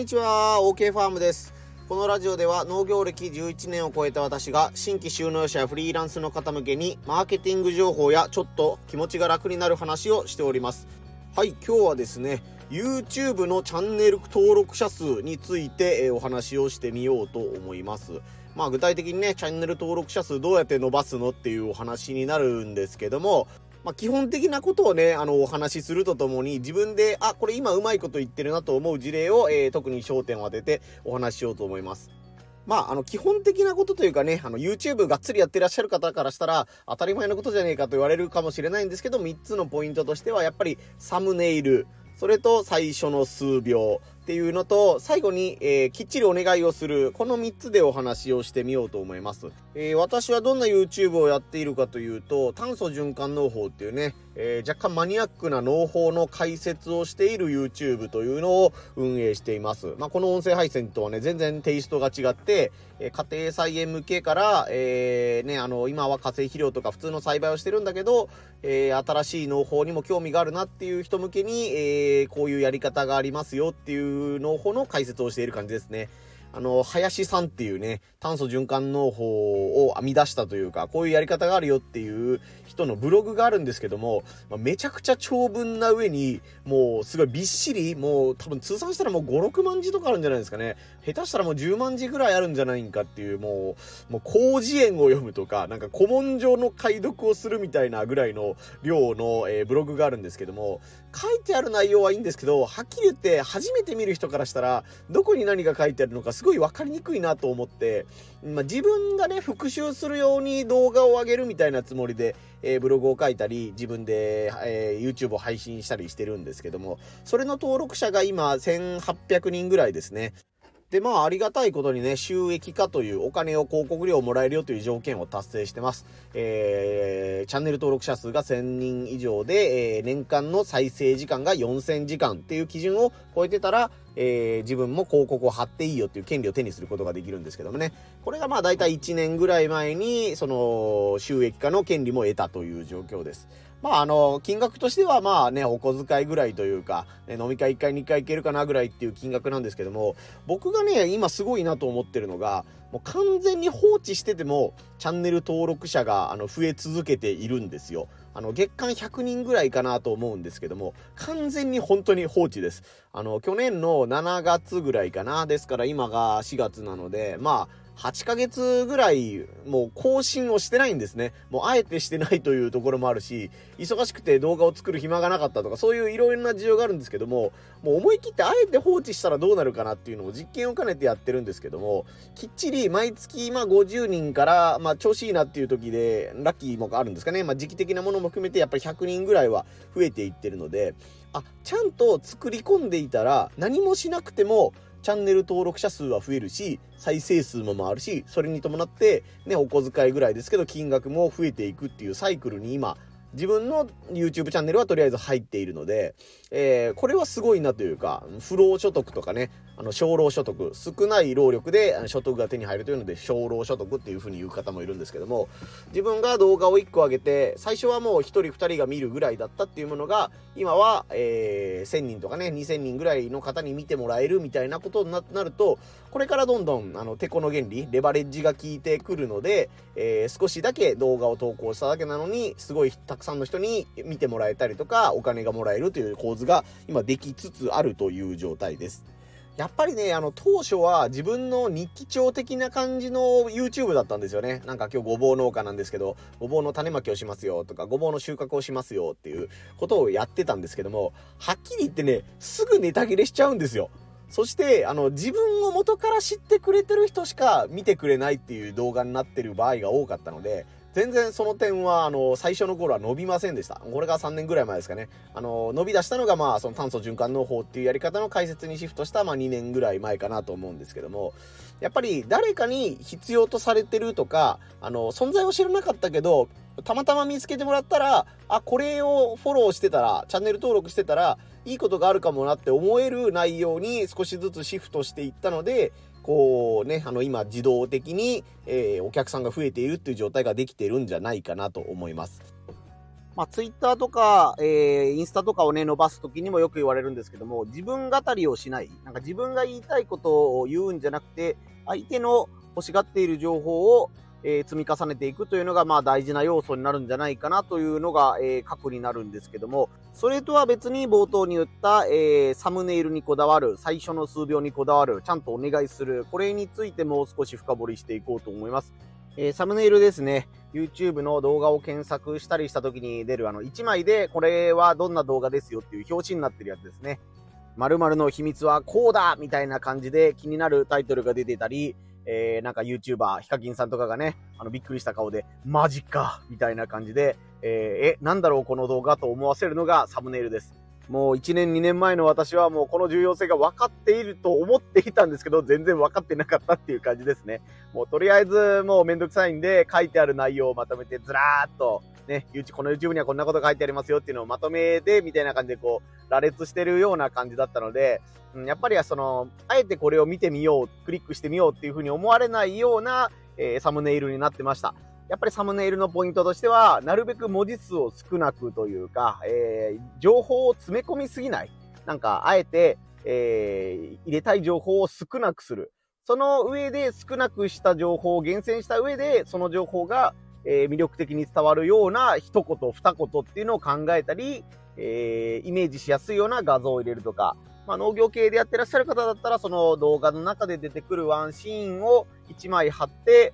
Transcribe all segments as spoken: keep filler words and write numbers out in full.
にちは、 OK ファームです。このラジオでは農業歴じゅういちねんを超えた私が新規就農者やフリーランスの方向けにマーケティング情報やちょっと気持ちが楽になる話をしております。はい、今日はですね YouTube のチャンネル登録者数についてお話をしてみようと思います。まあ具体的にねチャンネル登録者数どうやって伸ばすのっていうお話になるんですけども、まあ、基本的なことをね、あの、お話しするとともに、自分で、あ、これ今うまいこと言ってるなと思う事例を、えー、特に焦点を当ててお話ししようと思います。まあ、あの、基本的なことというかね、あの、YouTube がっつりやってらっしゃる方からしたら、当たり前のことじゃねえかと言われるかもしれないんですけど、みっつのポイントとしては、やっぱり、サムネイル、それと最初の数秒っていうのと、最後に、えー、きっちりお願いをする、このみっつでお話をしてみようと思います。えー、私はどんな YouTube をやっているかというと、炭素循環農法っていうね、えー、若干マニアックな農法の解説をしている YouTube というのを運営しています。まあ、この音声配信とはね、全然テイストが違って、えー、家庭菜園向けから、えー、ね、あの、今は化成肥料とか普通の栽培をしてるんだけど、えー、新しい農法にも興味があるなっていう人向けに、えー、こういうやり方がありますよっていう農法の解説をしている感じですね。あの、林さんっていうね、炭素循環農法を編み出したというか、こういうやり方があるよっていう人のブログがあるんですけども、まあ、めちゃくちゃ長文な上に、もうすごいびっしり、もう多分通算したらもうご、ろくまんじとかあるんじゃないですかね。下手したらもうじゅうまんじぐらいあるんじゃないんかっていう、もう、もう広辞苑を読むとか、なんか古文書の解読をするみたいなぐらいの量の、えー、ブログがあるんですけども、書いてある内容はいいんですけど、はっきり言って初めて見る人からしたら、どこに何が書いてあるのかすごい分かりにくいなと思って、まあ、自分がね復習するように動画を上げるみたいなつもりで、えー、ブログを書いたり自分で、えー、YouTube を配信したりしてるんですけども、それの登録者が今せんはっぴゃくにんぐらいですね。で、まあ、ありがたいことにね、収益化というお金を広告料をもらえるよという条件を達成してます。えー、チャンネル登録者数がせんにん以上で、えー、年間の再生時間がよんせんじかんっていう基準を超えてたら、えー、自分も広告を貼っていいよっていう権利を手にすることができるんですけどもね。これがまあ、だいたいいちねんぐらい前に、その、収益化の権利も得たという状況です。まあ、あの、金額としてはまあね、お小遣いぐらいというか、ね、飲み会いっかいにかい行けるかなぐらいっていう金額なんですけども、僕がね、今すごいなと思ってるのが、もう完全に放置してても、チャンネル登録者があの増え続けているんですよ。あの、月間ひゃくにんぐらいかなと思うんですけども、完全に本当に放置です。あの、去年のしちがつぐらいかな。ですから今がしがつなので、まあ、はちかげつぐらいもう更新をしてないんですね。もうあえてしてないというところもあるし、忙しくて動画を作る暇がなかったとか、そういういろいろな事情があるんですけども、もう思い切ってあえて放置したらどうなるかなっていうのを実験を兼ねてやってるんですけども、きっちり毎月まあごじゅうにんから、まあ調子いいなっていう時で、ラッキーもあるんですかね。まあ時期的なものも含めてやっぱりひゃくにんぐらいは増えていってるので、あ、ちゃんと作り込んでいたら何もしなくても、チャンネル登録者数は増えるし、再生数も回るし、それに伴って、ね、お小遣いぐらいですけど、金額も増えていくっていうサイクルに今、自分の YouTube チャンネルはとりあえず入っているので、えー、これはすごいなというか、不労所得とかね、あの、少労所得、少ない労力で所得が手に入るというので、少労所得っていう風に言う方もいるんですけども、自分が動画をいっこ上げて、最初はもうひとりふたりが見るぐらいだったっていうものが、今は、えー、せんにんとかね、にせんにんぐらいの方に見てもらえるみたいなことになると、これからどんどん、あの、テコの原理、レバレッジが効いてくるので、えー、少しだけ動画を投稿しただけなのに、すごいたくさんの人に見てもらえたりとか、お金がもらえるという構図が今できつつあるという状態です。やっぱりね、あの、当初は自分の日記帳的な感じの YouTube だったんですよね。なんか今日ごぼう農家なんですけど、ごぼうの種まきをしますよとか、ごぼうの収穫をしますよっていうことをやってたんですけども、はっきり言ってね、すぐネタ切れしちゃうんですよ。そして、あの、自分を元から知ってくれてる人しか見てくれないっていう動画になってる場合が多かったので、全然その点は、あの、最初の頃は伸びませんでした。これがさんねんぐらい前ですかね。あの、伸び出したのが、まあ、その炭素循環農法っていうやり方の解説にシフトした、まあ、にねんぐらい前かなと思うんですけども、やっぱり誰かに必要とされてるとか、あの、存在を知らなかったけど、たまたま見つけてもらったら、あ、これをフォローしてたら、チャンネル登録してたら、いいことがあるかもなって思える内容に少しずつシフトしていったので、こうね、あの今自動的に、えー、お客さんが増えているっていう状態ができているんじゃないかなと思います。 まあ、ツイッターとか、えー、インスタとかをね、伸ばすときにもよく言われるんですけども、自分語りをしない。なんか自分が言いたいことを言うんじゃなくて、相手の欲しがっている情報を、えー、積み重ねていくというのが、まあ大事な要素になるんじゃないかなというのが、えー、核になるんですけども、それとは別に冒頭に言った、えー、サムネイルにこだわる、最初の数秒にこだわる、ちゃんとお願いする、これについてもう少し深掘りしていこうと思います。えー、サムネイルですね。YouTube の動画を検索したりした時に出るあのいちまいでこれはどんな動画ですよっていう表紙になってるやつですね。〇〇の秘密はこうだみたいな感じで気になるタイトルが出てたり、えー、なんか YouTuber、ヒカキンさんとかがね、あのびっくりした顔でマジかみたいな感じで、えー、え、なんだろうこの動画と思わせるのがサムネイルです。もういちねんにねんまえの私はもうこの重要性が分かっていると思っていたんですけど、全然分かってなかったっていう感じですね。もうとりあえずもうめんどくさいんで書いてある内容をまとめてずらーっとね、この YouTube にはこんなこと書いてありますよっていうのをまとめてみたいな感じでこう羅列してるような感じだったので、うん、やっぱりそのあえてこれを見てみよう、クリックしてみようっていう風に思われないような、えー、サムネイルになってました。やっぱりサムネイルのポイントとしては、なるべく文字数を少なくというか、えー、情報を詰め込みすぎない。なんか、あえて、えー、入れたい情報を少なくする。その上で少なくした情報を厳選した上で、その情報が、えー、魅力的に伝わるような一言、二言っていうのを考えたり、えー、イメージしやすいような画像を入れるとか、まあ、農業系でやってらっしゃる方だったら、その動画の中で出てくるワンシーンを一枚貼って、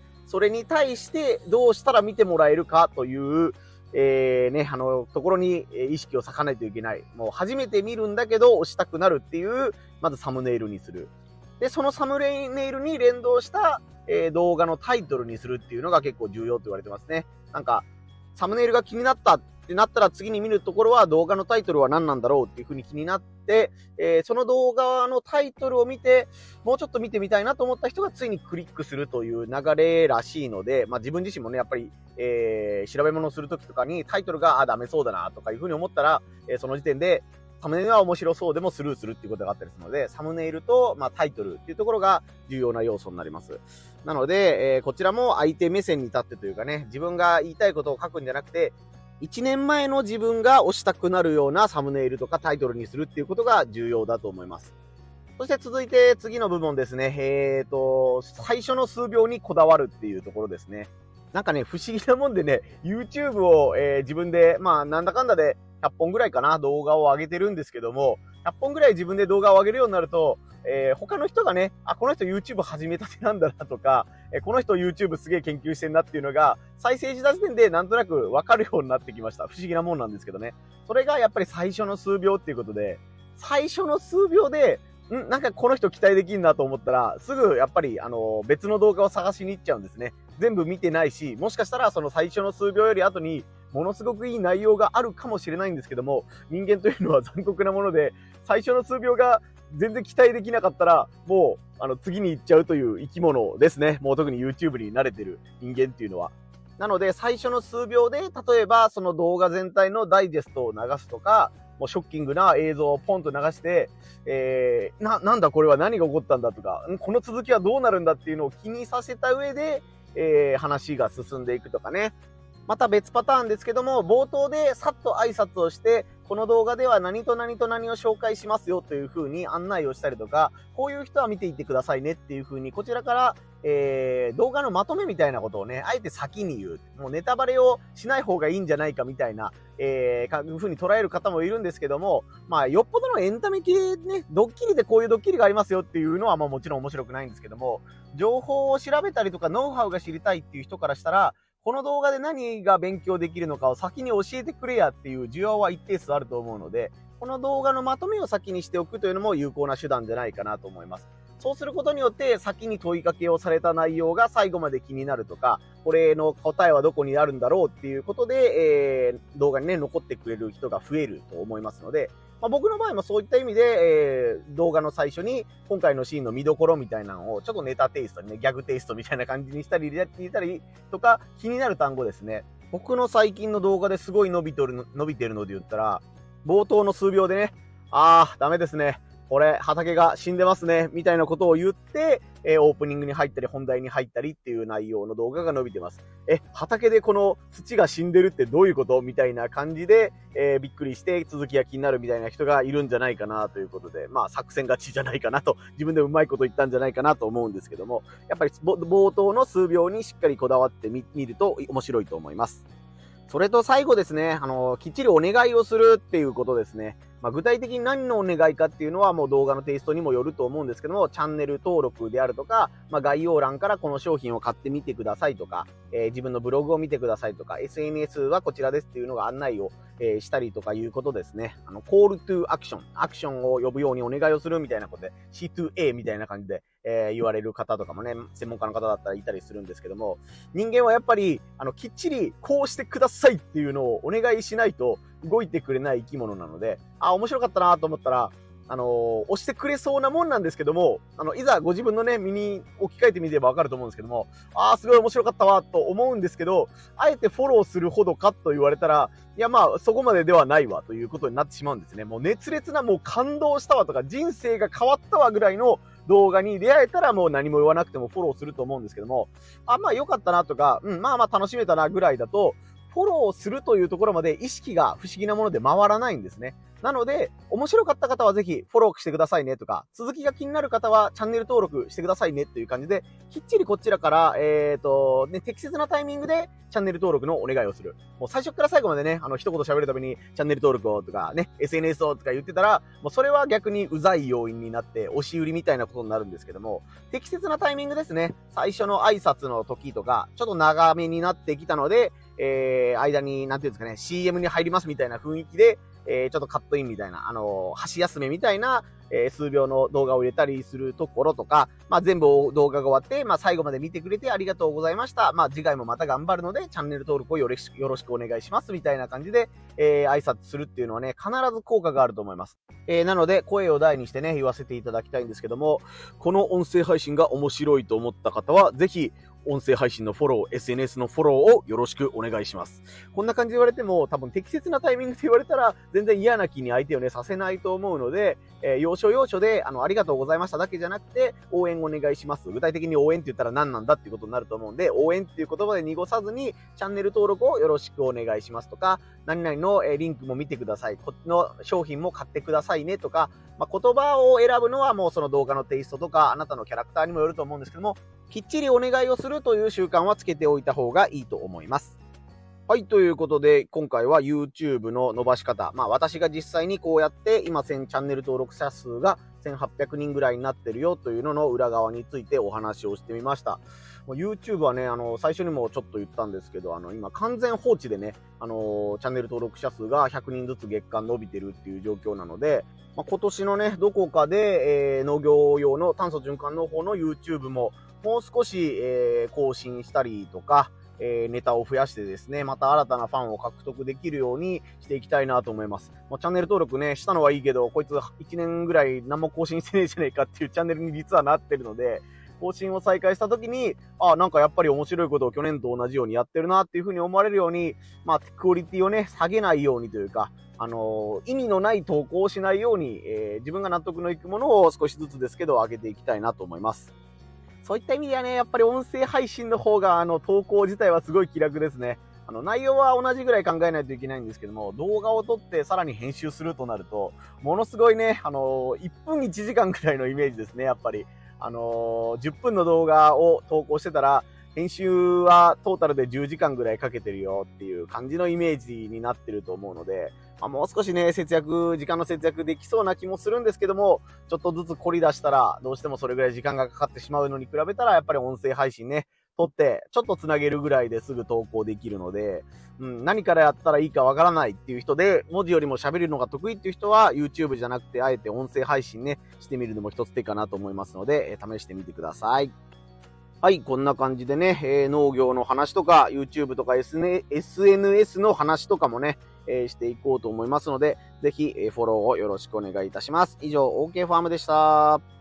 それに対してどうしたら見てもらえるかという、えー、ね、あの、ところに意識を割かないといけない。もう初めて見るんだけど押したくなるっていう、まずサムネイルにする。で、そのサムネイルに連動した、えー、動画のタイトルにするっていうのが結構重要と言われてますね。なんか、サムネイルが気になったってなったら次に見るところは動画のタイトルは何なんだろうっていう風に気になって、えー、その動画のタイトルを見て、もうちょっと見てみたいなと思った人がついにクリックするという流れらしいので、まあ自分自身もね、やっぱり、えー、調べ物をするときとかにタイトルが、あ、ダメそうだなとかいう風に思ったら、えー、その時点で、サムネイルは面白そうでもスルーするっていうことがあったりするので、サムネイルと、まあ、タイトルっていうところが重要な要素になります。なので、えー、こちらも相手目線に立ってというかね、自分が言いたいことを書くんじゃなくて、いちねんまえの自分が押したくなるようなサムネイルとかタイトルにするっていうことが重要だと思います。そして続いて次の部分ですね。えーと、最初の数秒にこだわるっていうところですね。なんかね、不思議なもんでね、YouTube を、えー、自分で、まあ、なんだかんだでひゃっぽんぐらいかな、動画を上げてるんですけども、ひゃっぽんぐらい自分で動画を上げるようになると、えー、他の人がね、あ、この人 YouTube 始めたてなんだなとか、えー、この人 YouTube すげえ研究してんなっていうのが、再生した時点でなんとなくわかるようになってきました。不思議なもんなんですけどね。それがやっぱり最初の数秒っていうことで、最初の数秒で、んなんかこの人期待できるなと思ったら、すぐやっぱり、あの、別の動画を探しに行っちゃうんですね。全部見てないし、もしかしたらその最初の数秒より後に、ものすごくいい内容があるかもしれないんですけども、人間というのは残酷なもので、最初の数秒が全然期待できなかったら、もう、あの、次に行っちゃうという生き物ですね。もう特に YouTube に慣れてる人間っていうのは。なので、最初の数秒で、例えばその動画全体のダイジェストを流すとか、もうショッキングな映像をポンと流して、えー、な、なんだこれは何が起こったんだとか、この続きはどうなるんだっていうのを気にさせた上で、えー、話が進んでいくとかね。また別パターンですけども、冒頭でさっと挨拶をして、この動画では何と何と何を紹介しますよという風に案内をしたりとか、こういう人は見ていってくださいねっていう風に、こちらから、えー、動画のまとめみたいなことをね、あえて先に言う。もうネタバレをしない方がいいんじゃないかみたいな、えー、いう風に捉える方もいるんですけども、まあ、よっぽどのエンタメ系ね、ドッキリでこういうドッキリがありますよっていうのは、まあもちろん面白くないんですけども、情報を調べたりとかノウハウが知りたいっていう人からしたら、この動画で何が勉強できるのかを先に教えてくれやっていう需要は一定数あると思うので、この動画のまとめを先にしておくというのも有効な手段じゃないかなと思います。そうすることによって先に問いかけをされた内容が最後まで気になるとか、これの答えはどこにあるんだろうっていうことで、えー、動画にね、残ってくれる人が増えると思いますので、まあ、僕の場合もそういった意味で、えー、動画の最初に今回のシーンの見どころみたいなのをちょっとネタテイストにね、ギャグテイストみたいな感じにしたり入れたりとか、気になる単語ですね。僕の最近の動画ですごい伸びてるの、伸びてるので言ったら、冒頭の数秒でね、あー、ダメですね。 これ畑が死んでますね、みたいなことを言って、えー、オープニングに入ったり本題に入ったりっていう内容の動画が伸びてます。え、畑でこの土が死んでるってどういうことみたいな感じで、えー、びっくりして続きが気になるみたいな人がいるんじゃないかなということで、まあ作戦勝ちじゃないかなと、自分でうまいこと言ったんじゃないかなと思うんですけども、やっぱり冒頭の数秒にしっかりこだわってみると面白いと思います。それと最後ですね、あの、きっちりお願いをするっていうことですね。まあ、具体的に何のお願いかっていうのはもう動画のテイストにもよると思うんですけども、チャンネル登録であるとか、まあ、概要欄からこの商品を買ってみてくださいとか、えー、自分のブログを見てくださいとか、エスエヌエス はこちらですっていうのが案内を、えー、したりとかいうことですね。あの、コールトゥアクション、アクションを呼ぶようにお願いをするみたいなことで、シーツーエー みたいな感じで、えー、言われる方とかもね、専門家の方だったらいたりするんですけども、人間はやっぱり、あの、きっちりこうしてくださいっていうのをお願いしないと動いてくれない生き物なので、あ、面白かったなと思ったら、あのー、押してくれそうなもんなんですけども、あの、いざご自分のね、身に置き換えてみればわかると思うんですけども、あー、すごい面白かったわ、と思うんですけど、あえてフォローするほどかと言われたら、いや、まあ、そこまでではないわ、ということになってしまうんですね。もう熱烈な、もう感動したわとか、人生が変わったわぐらいの動画に出会えたらもう何も言わなくてもフォローすると思うんですけども、あ、まあ良かったなとか、うん、まあまあ楽しめたなぐらいだと、フォローするというところまで意識が不思議なもので回らないんですね。なので、面白かった方はぜひフォローしてくださいねとか、続きが気になる方はチャンネル登録してくださいねっていう感じで、きっちりこちらから、えっと、ね、適切なタイミングでチャンネル登録のお願いをする。もう最初から最後までね、あの、一言喋るためにチャンネル登録をとかね、エスエヌエス をとか言ってたら、もうそれは逆にうざい要因になって、押し売りみたいなことになるんですけども、適切なタイミングですね。最初の挨拶の時とか、ちょっと長めになってきたので、えー、間に、なんていうんですかね、シーエム に入りますみたいな雰囲気で、えー、ちょっとカットインみたいな、あのー、箸休めみたいな、えー、数秒の動画を入れたりするところとか、まあ、全部動画が終わって、まあ、最後まで見てくれてありがとうございました。まあ、次回もまた頑張るので、チャンネル登録をよろしく、よろしくお願いします。みたいな感じで、えー、挨拶するっていうのはね、必ず効果があると思います。えー、なので、声を大にしてね、言わせていただきたいんですけども、この音声配信が面白いと思った方は、ぜひ、音声配信のフォロー、エスエヌエス のフォローをよろしくお願いします。こんな感じで言われても、多分適切なタイミングで言われたら、全然嫌な気に相手をね、させないと思うので、えー、要所要所で、あの、ありがとうございましただけじゃなくて、応援お願いします。具体的に応援って言ったら何なんだっていうことになると思うんで、応援っていう言葉で濁さずに、チャンネル登録をよろしくお願いしますとか、何々の、えー、リンクも見てください。こっちの商品も買ってくださいねとか、まあ、言葉を選ぶのはもうその動画のテイストとか、あなたのキャラクターにもよると思うんですけども、きっちりお願いをするという習慣はつけておいた方がいいと思います。はい、ということで、今回は YouTube の伸ばし方。まあ私が実際にこうやって今せんチャンネル登録者数がせんはっぴゃくにんぐらいになってるよというのの裏側についてお話をしてみました。YouTube はね、あの、最初にもちょっと言ったんですけど、あの、今完全放置でね、あの、チャンネル登録者数がひゃくにんずつ月間伸びてるっていう状況なので、まあ、今年のね、どこかで、えー、農業用の炭素循環の方の YouTube ももう少し、えー、更新したりとか、えー、ネタを増やしてですね、また新たなファンを獲得できるようにしていきたいなと思います。もうチャンネル登録ね、したのはいいけど、こいついちねんぐらい何も更新してねえじゃねえかっていうチャンネルに実はなってるので、更新を再開した時に、あ、なんかやっぱり面白いことを去年と同じようにやってるなっていう風に思われるように、まあ、クオリティをね、下げないようにというか、あのー、意味のない投稿をしないように、えー、自分が納得のいくものを少しずつですけど上げていきたいなと思います。そういった意味ではね、やっぱり音声配信の方が、あの、投稿自体はすごい気楽ですね。あの、内容は同じぐらい考えないといけないんですけども、動画を撮ってさらに編集するとなると、ものすごいね、あのー、いっぷんいちじかんくらいのイメージですね、やっぱり。あのー、じゅっぷんの動画を投稿してたら、編集はトータルでじゅうじかんぐらいかけてるよっていう感じのイメージになってると思うので、まあ、もう少しね、節約、時間の節約できそうな気もするんですけども、ちょっとずつ凝り出したら、どうしてもそれぐらい時間がかかってしまうのに比べたら、やっぱり音声配信ね、撮って、ちょっとつなげるぐらいですぐ投稿できるので、うん、何からやったらいいかわからないっていう人で、文字よりも喋るのが得意っていう人は、YouTube じゃなくて、あえて音声配信ね、してみるのも一つ手かなと思いますので、えー、試してみてください。はい、こんな感じでね、えー、農業の話とか、YouTube とか エスエヌエス の話とかもね、えー、していこうと思いますので、ぜひ、えー、フォローをよろしくお願いいたします。以上、OK ファームでした。